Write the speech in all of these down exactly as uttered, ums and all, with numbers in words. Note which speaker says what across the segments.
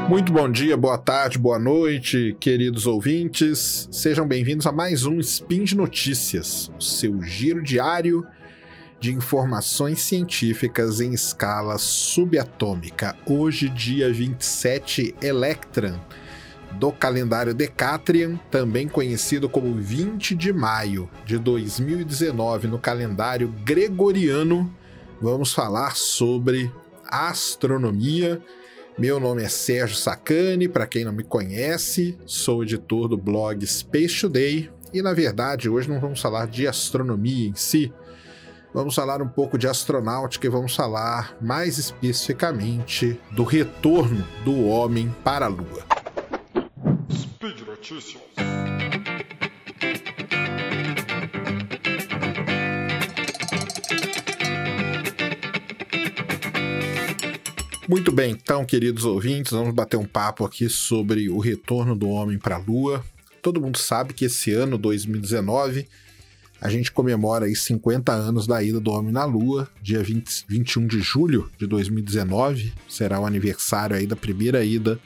Speaker 1: Muito bom dia, boa tarde, boa noite, queridos ouvintes. Sejam bem-vindos a mais um Spin de Notícias, o seu giro diário de informações científicas em escala subatômica. Hoje, dia vinte e sete Electran, do calendário Decatrian, também conhecido como vinte de maio de dois mil e dezenove no calendário gregoriano. Vamos falar sobre astronomia. Meu nome é Sérgio Sacani, para quem não me conhece, sou editor do blog Space Today e, na verdade, hoje não vamos falar de astronomia em si, vamos falar um pouco de astronáutica e vamos falar mais especificamente do retorno do homem para a Lua.
Speaker 2: Speed Notícias.
Speaker 1: Muito bem, então, queridos ouvintes, vamos bater um papo aqui sobre o retorno do homem para a Lua. Todo mundo sabe que esse ano, dois mil e dezenove, a gente comemora aí cinquenta anos da ida do homem na Lua. Dia vinte, vinte e um de julho de dois mil e dezenove será o aniversário aí da primeira ida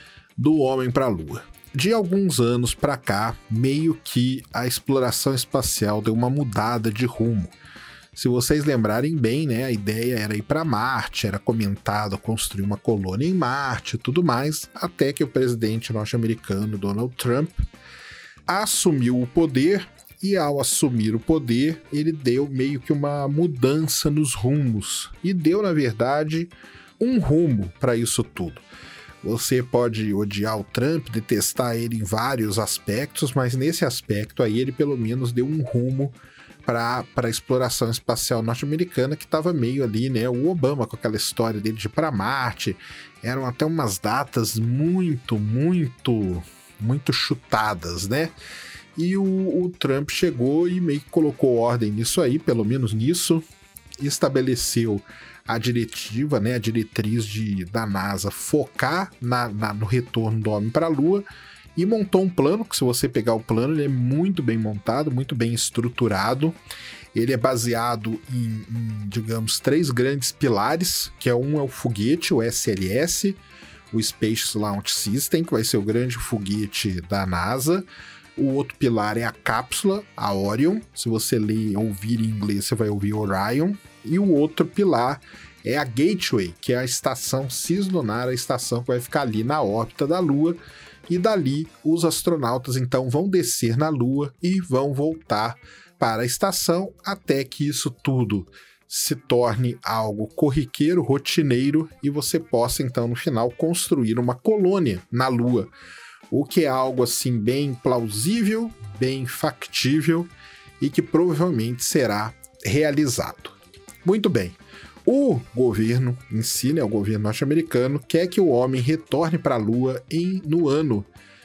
Speaker 1: do homem para a Lua. De alguns anos para cá, meio que a exploração espacial deu uma mudada de rumo. Se vocês lembrarem bem, né, a ideia era ir para Marte, era comentado construir uma colônia em Marte e tudo mais, até que o presidente norte-americano Donald Trump assumiu o poder e, ao assumir o poder, ele deu meio que uma mudança nos rumos e deu, na verdade, um rumo para isso tudo. Você pode odiar o Trump, detestar ele em vários aspectos, mas nesse aspecto aí ele pelo menos deu um rumo para a exploração espacial norte-americana, que estava meio ali, né? O Obama com aquela história dele de ir para Marte, eram até umas datas muito, muito, muito chutadas, né? E o, o Trump chegou e meio que colocou ordem nisso aí, pelo menos nisso, estabeleceu a diretiva, né? A diretriz de, da NASA focar na, na, no retorno do homem para a Lua. E montou um plano, que se você pegar o plano, ele é muito bem montado, muito bem estruturado. Ele é baseado em, em, digamos, três grandes pilares, que é um é o foguete, o S L S, o Space Launch System, que vai ser o grande foguete da NASA. O outro pilar é a cápsula, a Orion. Se você ler ou ouvir em inglês, você vai ouvir Orion. E o outro pilar é a Gateway, que é a estação cislunar, a estação que vai ficar ali na órbita da Lua. E dali, os astronautas, então, vão descer na Lua e vão voltar para a estação até que isso tudo se torne algo corriqueiro, rotineiro, e você possa, então, no final, construir uma colônia na Lua. O que é algo, assim, bem plausível, bem factível e que provavelmente será realizado. Muito bem. O governo em si, né, o governo norte-americano, quer que o homem retorne para a Lua em, no ano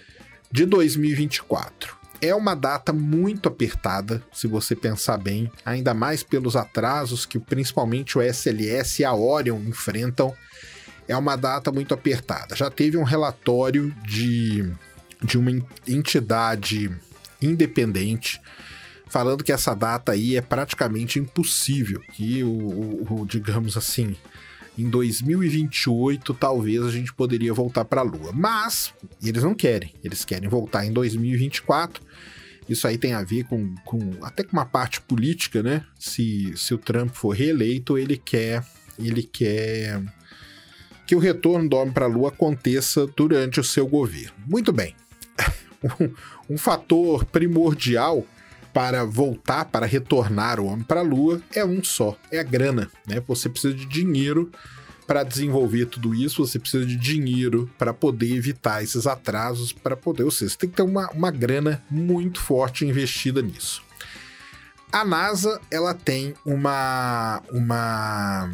Speaker 1: de dois mil e vinte e quatro. É uma data muito apertada, se você pensar bem, ainda mais pelos atrasos que principalmente o S L S e a Orion enfrentam. É uma data muito apertada. Já teve um relatório de, de uma entidade independente falando que essa data aí é praticamente impossível, que o, o, o digamos assim, em dois mil e vinte e oito talvez a gente poderia voltar para a Lua, mas eles não querem, eles querem voltar em dois mil e vinte e quatro. Isso aí tem a ver com, com até com uma parte política, né? Se, se o Trump for reeleito, ele quer, ele quer que o retorno do homem para a Lua aconteça durante o seu governo. Muito bem. um, um fator primordial para voltar, para retornar o homem para a Lua, é um só, é a grana, né? Você precisa de dinheiro para desenvolver tudo isso, você precisa de dinheiro para poder evitar esses atrasos, para poder, ou seja, você tem que ter uma, uma grana muito forte investida nisso. A NASA, ela tem uma, uma,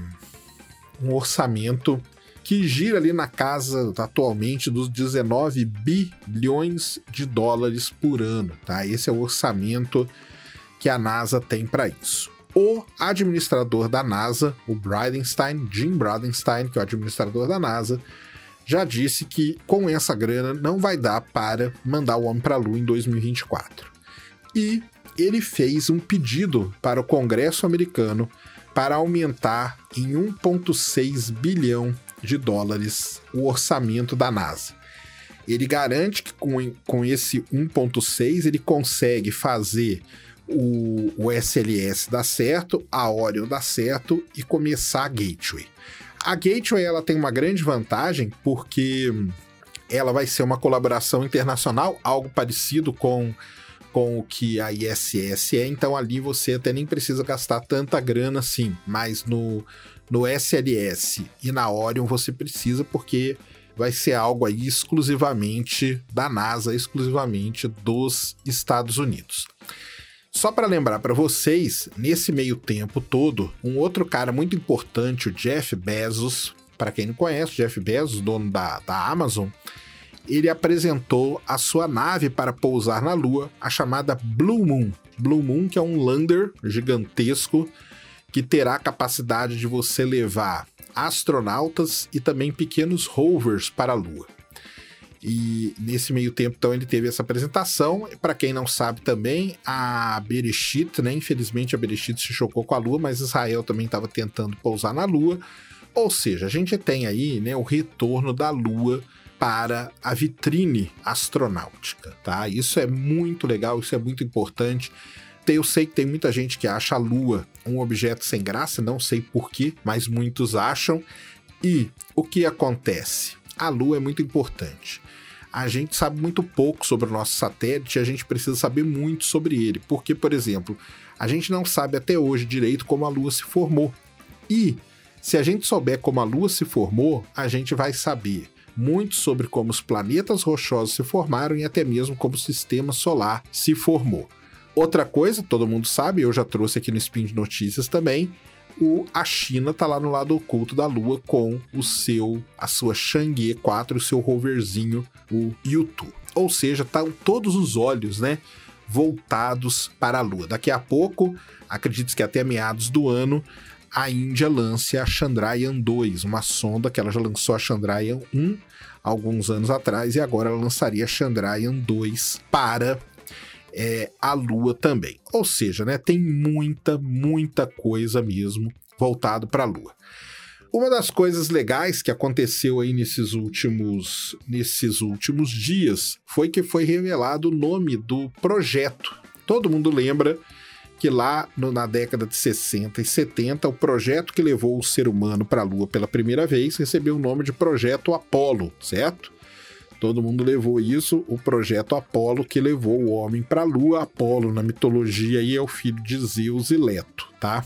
Speaker 1: um orçamento que gira ali na casa, atualmente, dos dezenove bilhões de dólares por ano, tá? Esse é o orçamento que a NASA tem para isso. O administrador da NASA, o Bridenstine, Jim Bridenstine, que é o administrador da NASA, já disse que com essa grana não vai dar para mandar o homem para a Lua em dois mil e vinte e quatro. E ele fez um pedido para o Congresso americano para aumentar em um vírgula seis bilhão de dólares o orçamento da NASA. Ele garante que com, com esse um ponto seis ele consegue fazer o, o S L S dar certo, a Orion dar certo e começar a Gateway. A Gateway ela tem uma grande vantagem porque ela vai ser uma colaboração internacional, algo parecido com, com o que a I S S é, então ali você até nem precisa gastar tanta grana assim, mas no, no S L S e na Orion você precisa porque vai ser algo aí exclusivamente da NASA, exclusivamente dos Estados Unidos. Só para lembrar para vocês, nesse meio tempo todo, um outro cara muito importante, o Jeff Bezos, para quem não conhece, Jeff Bezos, dono da, da Amazon, ele apresentou a sua nave para pousar na Lua, a chamada Blue Moon. Blue Moon, que é um lander gigantesco que terá a capacidade de você levar astronautas e também pequenos rovers para a Lua. E nesse meio tempo, então, ele teve essa apresentação. Para quem não sabe também, a Bereshit, né? Infelizmente a Bereshit se chocou com a Lua, mas Israel também estava tentando pousar na Lua. Ou seja, a gente tem aí, né, o retorno da Lua para a vitrine astronáutica, tá? Isso é muito legal, isso é muito importante. Eu sei que tem muita gente que acha a Lua um objeto sem graça, não sei porquê, mas muitos acham. E o que acontece? A Lua é muito importante. A gente sabe muito pouco sobre o nosso satélite e a gente precisa saber muito sobre ele. Porque, por exemplo, a gente não sabe até hoje direito como a Lua se formou. E se a gente souber como a Lua se formou, a gente vai saber muito sobre como os planetas rochosos se formaram e até mesmo como o sistema solar se formou. Outra coisa, todo mundo sabe, eu já trouxe aqui no Spin de Notícias também, o, a China está lá no lado oculto da Lua com o seu, a sua Chang'e quatro, o seu roverzinho, o Yutu. Ou seja, estão todos os olhos, né, voltados para a Lua. Daqui a pouco, acredito que até meados do ano, a Índia lance a Chandrayaan dois, uma sonda que ela já lançou a Chandrayaan um alguns anos atrás e agora ela lançaria a Chandrayaan dois para É, a Lua também. Ou seja, né, tem muita, muita coisa mesmo voltado para a Lua. Uma das coisas legais que aconteceu aí nesses últimos, nesses últimos dias foi que foi revelado o nome do projeto. Todo mundo lembra que lá no, na década de sessenta e setenta, o projeto que levou o ser humano para a Lua pela primeira vez recebeu o nome de Projeto Apollo, certo? Todo mundo levou isso, o projeto Apollo, que levou o homem para a Lua. Apollo, na mitologia, aí é o filho de Zeus e Leto, tá?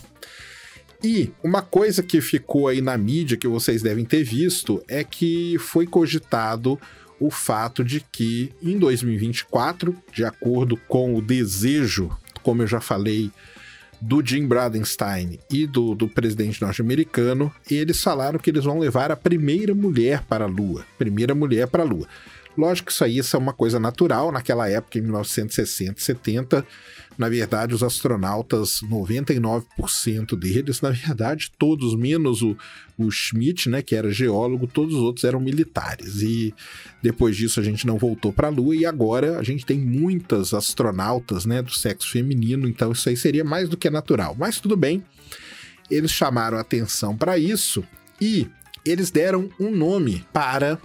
Speaker 1: E uma coisa que ficou aí na mídia, que vocês devem ter visto, é que foi cogitado o fato de que, em dois mil e vinte e quatro, de acordo com o desejo, como eu já falei, do Jim Bridenstine e do, do presidente norte-americano, eles falaram que eles vão levar a primeira mulher para a Lua. Primeira mulher para a Lua. Lógico que isso aí isso é uma coisa natural. Naquela época, em mil novecentos e sessenta e setenta, na verdade, os astronautas, noventa e nove por cento deles, na verdade, todos, menos o, o Schmidt, né, que era geólogo, todos os outros eram militares. E depois disso a gente não voltou para a Lua e agora a gente tem muitas astronautas, né, do sexo feminino, então isso aí seria mais do que natural. Mas tudo bem, eles chamaram atenção para isso e eles deram um nome para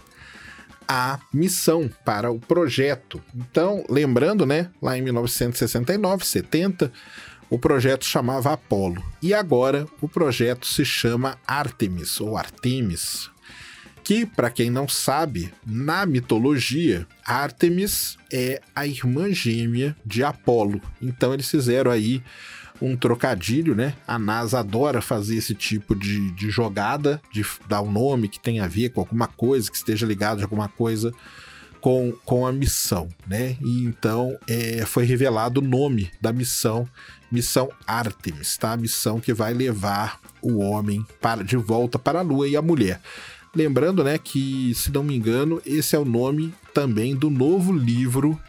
Speaker 1: a missão, para o projeto. Então, lembrando, né, lá em mil novecentos e sessenta e nove, setenta, o projeto chamava Apollo. E agora o projeto se chama Artemis, ou Artemis, que, para quem não sabe, na mitologia, Artemis é a irmã gêmea de Apolo. Então eles fizeram aí um trocadilho, né? A NASA adora fazer esse tipo de, de jogada, de dar um nome que tenha a ver com alguma coisa, que esteja ligado a alguma coisa com, com a missão, né? E então é, foi revelado o nome da missão, missão Artemis, tá? A missão que vai levar o homem para, de volta para a Lua e a mulher. Lembrando, né, que, se não me engano, esse é o nome também do novo livro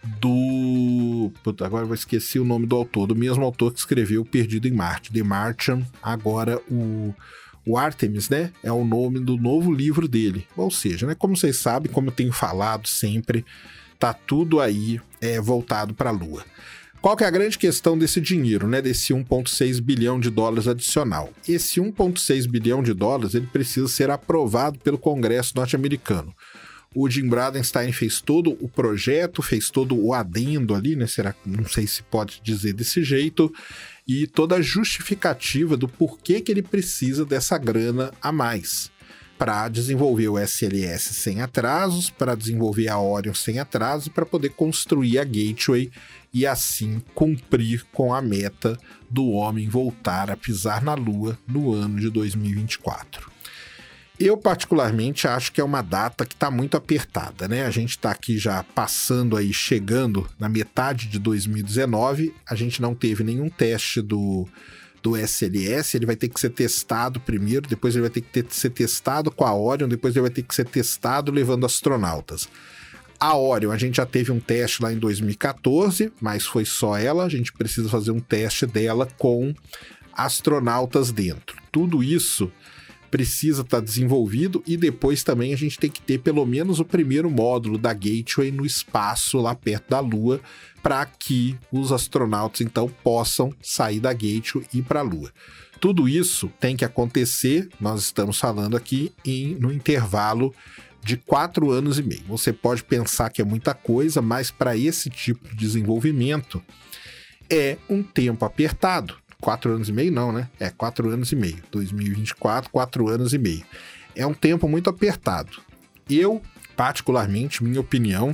Speaker 1: do... Puta, agora eu vou esquecer o nome do autor, do mesmo autor que escreveu Perdido em Marte, The Martian. Agora o, o Artemis, né, é o nome do novo livro dele. Ou seja, né, como vocês sabem, como eu tenho falado sempre, tá tudo aí é, voltado para a Lua. Qual que é a grande questão desse dinheiro, né? Desse um vírgula seis bilhão de dólares adicional? Esse um vírgula seis bilhão de dólares ele precisa ser aprovado pelo Congresso norte-americano. O Jim Bridenstine fez todo o projeto, fez todo o adendo ali, né? Será, não sei se pode dizer desse jeito, e toda a justificativa do porquê que ele precisa dessa grana a mais para desenvolver o S L S sem atrasos, para desenvolver a Orion sem atrasos, para poder construir a Gateway e assim cumprir com a meta do homem voltar a pisar na Lua no ano de dois mil e vinte e quatro. Eu particularmente acho que é uma data que está muito apertada, né? A gente está aqui já passando aí, chegando na metade de dois mil e dezenove, a gente não teve nenhum teste do... do S L S, ele vai ter que ser testado primeiro, depois ele vai ter que ter, ser testado com a Orion, depois ele vai ter que ser testado levando astronautas. A Orion, a gente já teve um teste lá em dois mil e quatorze, mas foi só ela, a gente precisa fazer um teste dela com astronautas dentro. Tudo isso precisa estar desenvolvido e depois também a gente tem que ter pelo menos o primeiro módulo da Gateway no espaço lá perto da Lua, para que os astronautas então possam sair da Gateway e ir para a Lua. Tudo isso tem que acontecer, nós estamos falando aqui em, no intervalo de quatro anos e meio. Você pode pensar que é muita coisa, mas para esse tipo de desenvolvimento é um tempo apertado. Quatro anos e meio não, né? É, quatro anos e meio. dois mil e vinte e quatro, quatro anos e meio. É um tempo muito apertado. Eu, particularmente, minha opinião,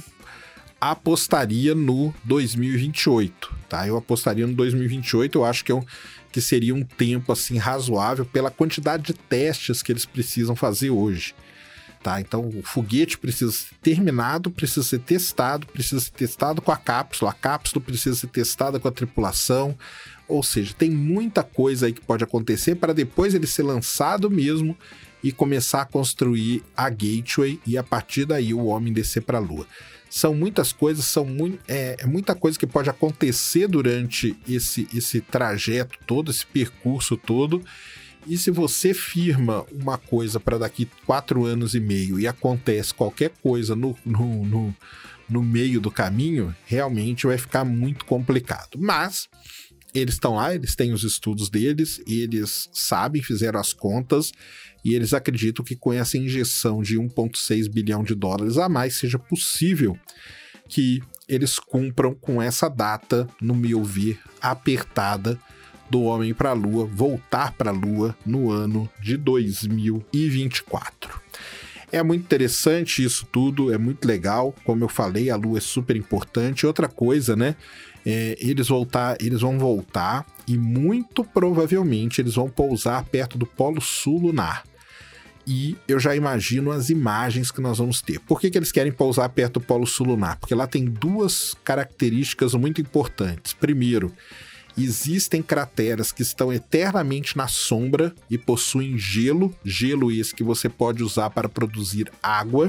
Speaker 1: apostaria no dois mil e vinte e oito, tá? Eu apostaria no dois mil e vinte e oito, eu acho que, é um, que seria um tempo, assim, razoável pela quantidade de testes que eles precisam fazer hoje, tá? Então, o foguete precisa ser terminado, precisa ser testado, precisa ser testado com a cápsula, a cápsula precisa ser testada com a tripulação, ou seja, tem muita coisa aí que pode acontecer para depois ele ser lançado mesmo e começar a construir a Gateway e a partir daí o homem descer para a Lua. São muitas coisas, são muito, é, é muita coisa que pode acontecer durante esse, esse trajeto todo, esse percurso todo. E se você firma uma coisa para daqui quatro anos e meio e acontece qualquer coisa no, no, no, no meio do caminho, realmente vai ficar muito complicado. Mas eles estão lá, eles têm os estudos deles, eles sabem, fizeram as contas e eles acreditam que com essa injeção de um vírgula seis bilhão de dólares a mais seja possível que eles cumpram com essa data, no meu ver, apertada do homem para a Lua, voltar para a Lua no ano de dois mil e vinte e quatro. É muito interessante isso tudo, é muito legal, como eu falei, a Lua é super importante. Outra coisa, né? É, eles, voltar, eles vão voltar e muito provavelmente eles vão pousar perto do Polo Sul lunar. E eu já imagino as imagens que nós vamos ter. Por que que eles querem pousar perto do Polo Sul lunar? Porque lá tem duas características muito importantes. Primeiro, existem crateras que estão eternamente na sombra e possuem gelo, gelo esse que você pode usar para produzir água.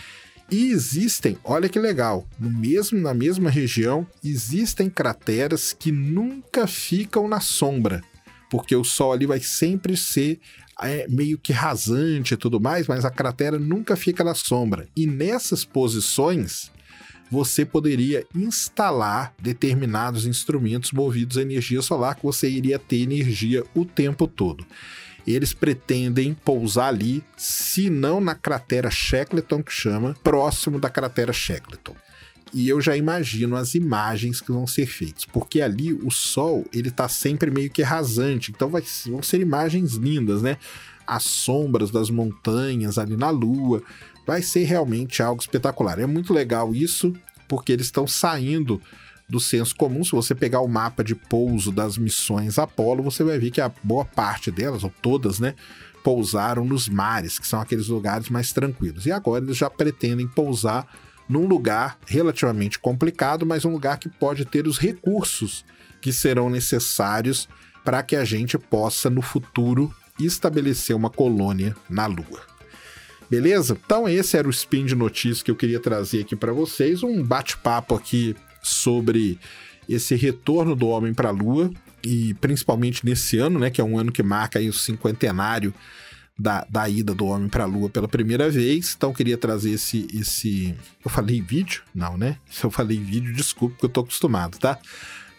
Speaker 1: E existem, olha que legal, no mesmo, na mesma região, existem crateras que nunca ficam na sombra, porque o Sol ali vai sempre ser é, meio que rasante e tudo mais, mas a cratera nunca fica na sombra. E nessas posições, você poderia instalar determinados instrumentos movidos a energia solar, que você iria ter energia o tempo todo. Eles pretendem pousar ali, se não na cratera Shackleton, que chama, próximo da cratera Shackleton. E eu já imagino as imagens que vão ser feitas, porque ali o Sol, ele tá sempre meio que rasante, então vai, vão ser imagens lindas, né? As sombras das montanhas ali na Lua, vai ser realmente algo espetacular. É muito legal isso, porque eles estão saindo do senso comum. Se você pegar o mapa de pouso das missões Apollo, você vai ver que a boa parte delas, ou todas, né, pousaram nos mares, que são aqueles lugares mais tranquilos. E agora eles já pretendem pousar num lugar relativamente complicado, mas um lugar que pode ter os recursos que serão necessários para que a gente possa, no futuro, estabelecer uma colônia na Lua. Beleza? Então esse era o Spin de Notícias que eu queria trazer aqui para vocês, um bate-papo aqui sobre esse retorno do homem para a Lua, e principalmente nesse ano, né, que é um ano que marca aí o cinquentenário da, da ida do homem para a Lua pela primeira vez. Então eu queria trazer esse, esse... Eu falei vídeo? Não, né? Se eu falei vídeo, desculpa, porque eu tô acostumado, tá?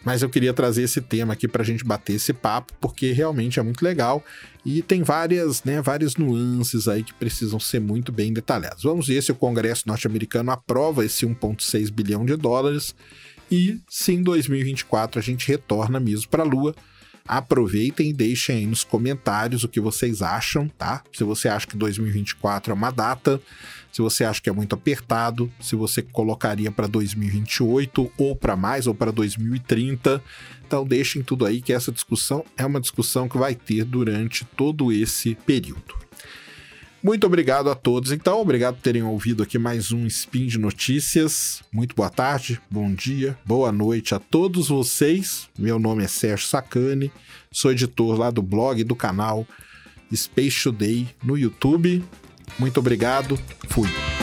Speaker 1: Mas eu queria trazer esse tema aqui para a gente bater esse papo, porque realmente é muito legal e tem várias, né, várias nuances aí que precisam ser muito bem detalhadas. Vamos ver se o Congresso norte-americano aprova esse um vírgula seis bilhão de dólares e se em dois mil e vinte e quatro a gente retorna mesmo para a Lua. Aproveitem e deixem aí nos comentários o que vocês acham, tá? Se você acha que dois mil e vinte e quatro é uma data, se você acha que é muito apertado, se você colocaria para dois mil e vinte e oito ou para mais, ou para dois mil e trinta. Então deixem tudo aí, que essa discussão é uma discussão que vai ter durante todo esse período. Muito obrigado a todos, então. Obrigado por terem ouvido aqui mais um Spin de Notícias. Muito boa tarde, bom dia, boa noite a todos vocês. Meu nome é Sérgio Sacani, sou editor lá do blog do canal Space Today no YouTube. Muito obrigado, fui.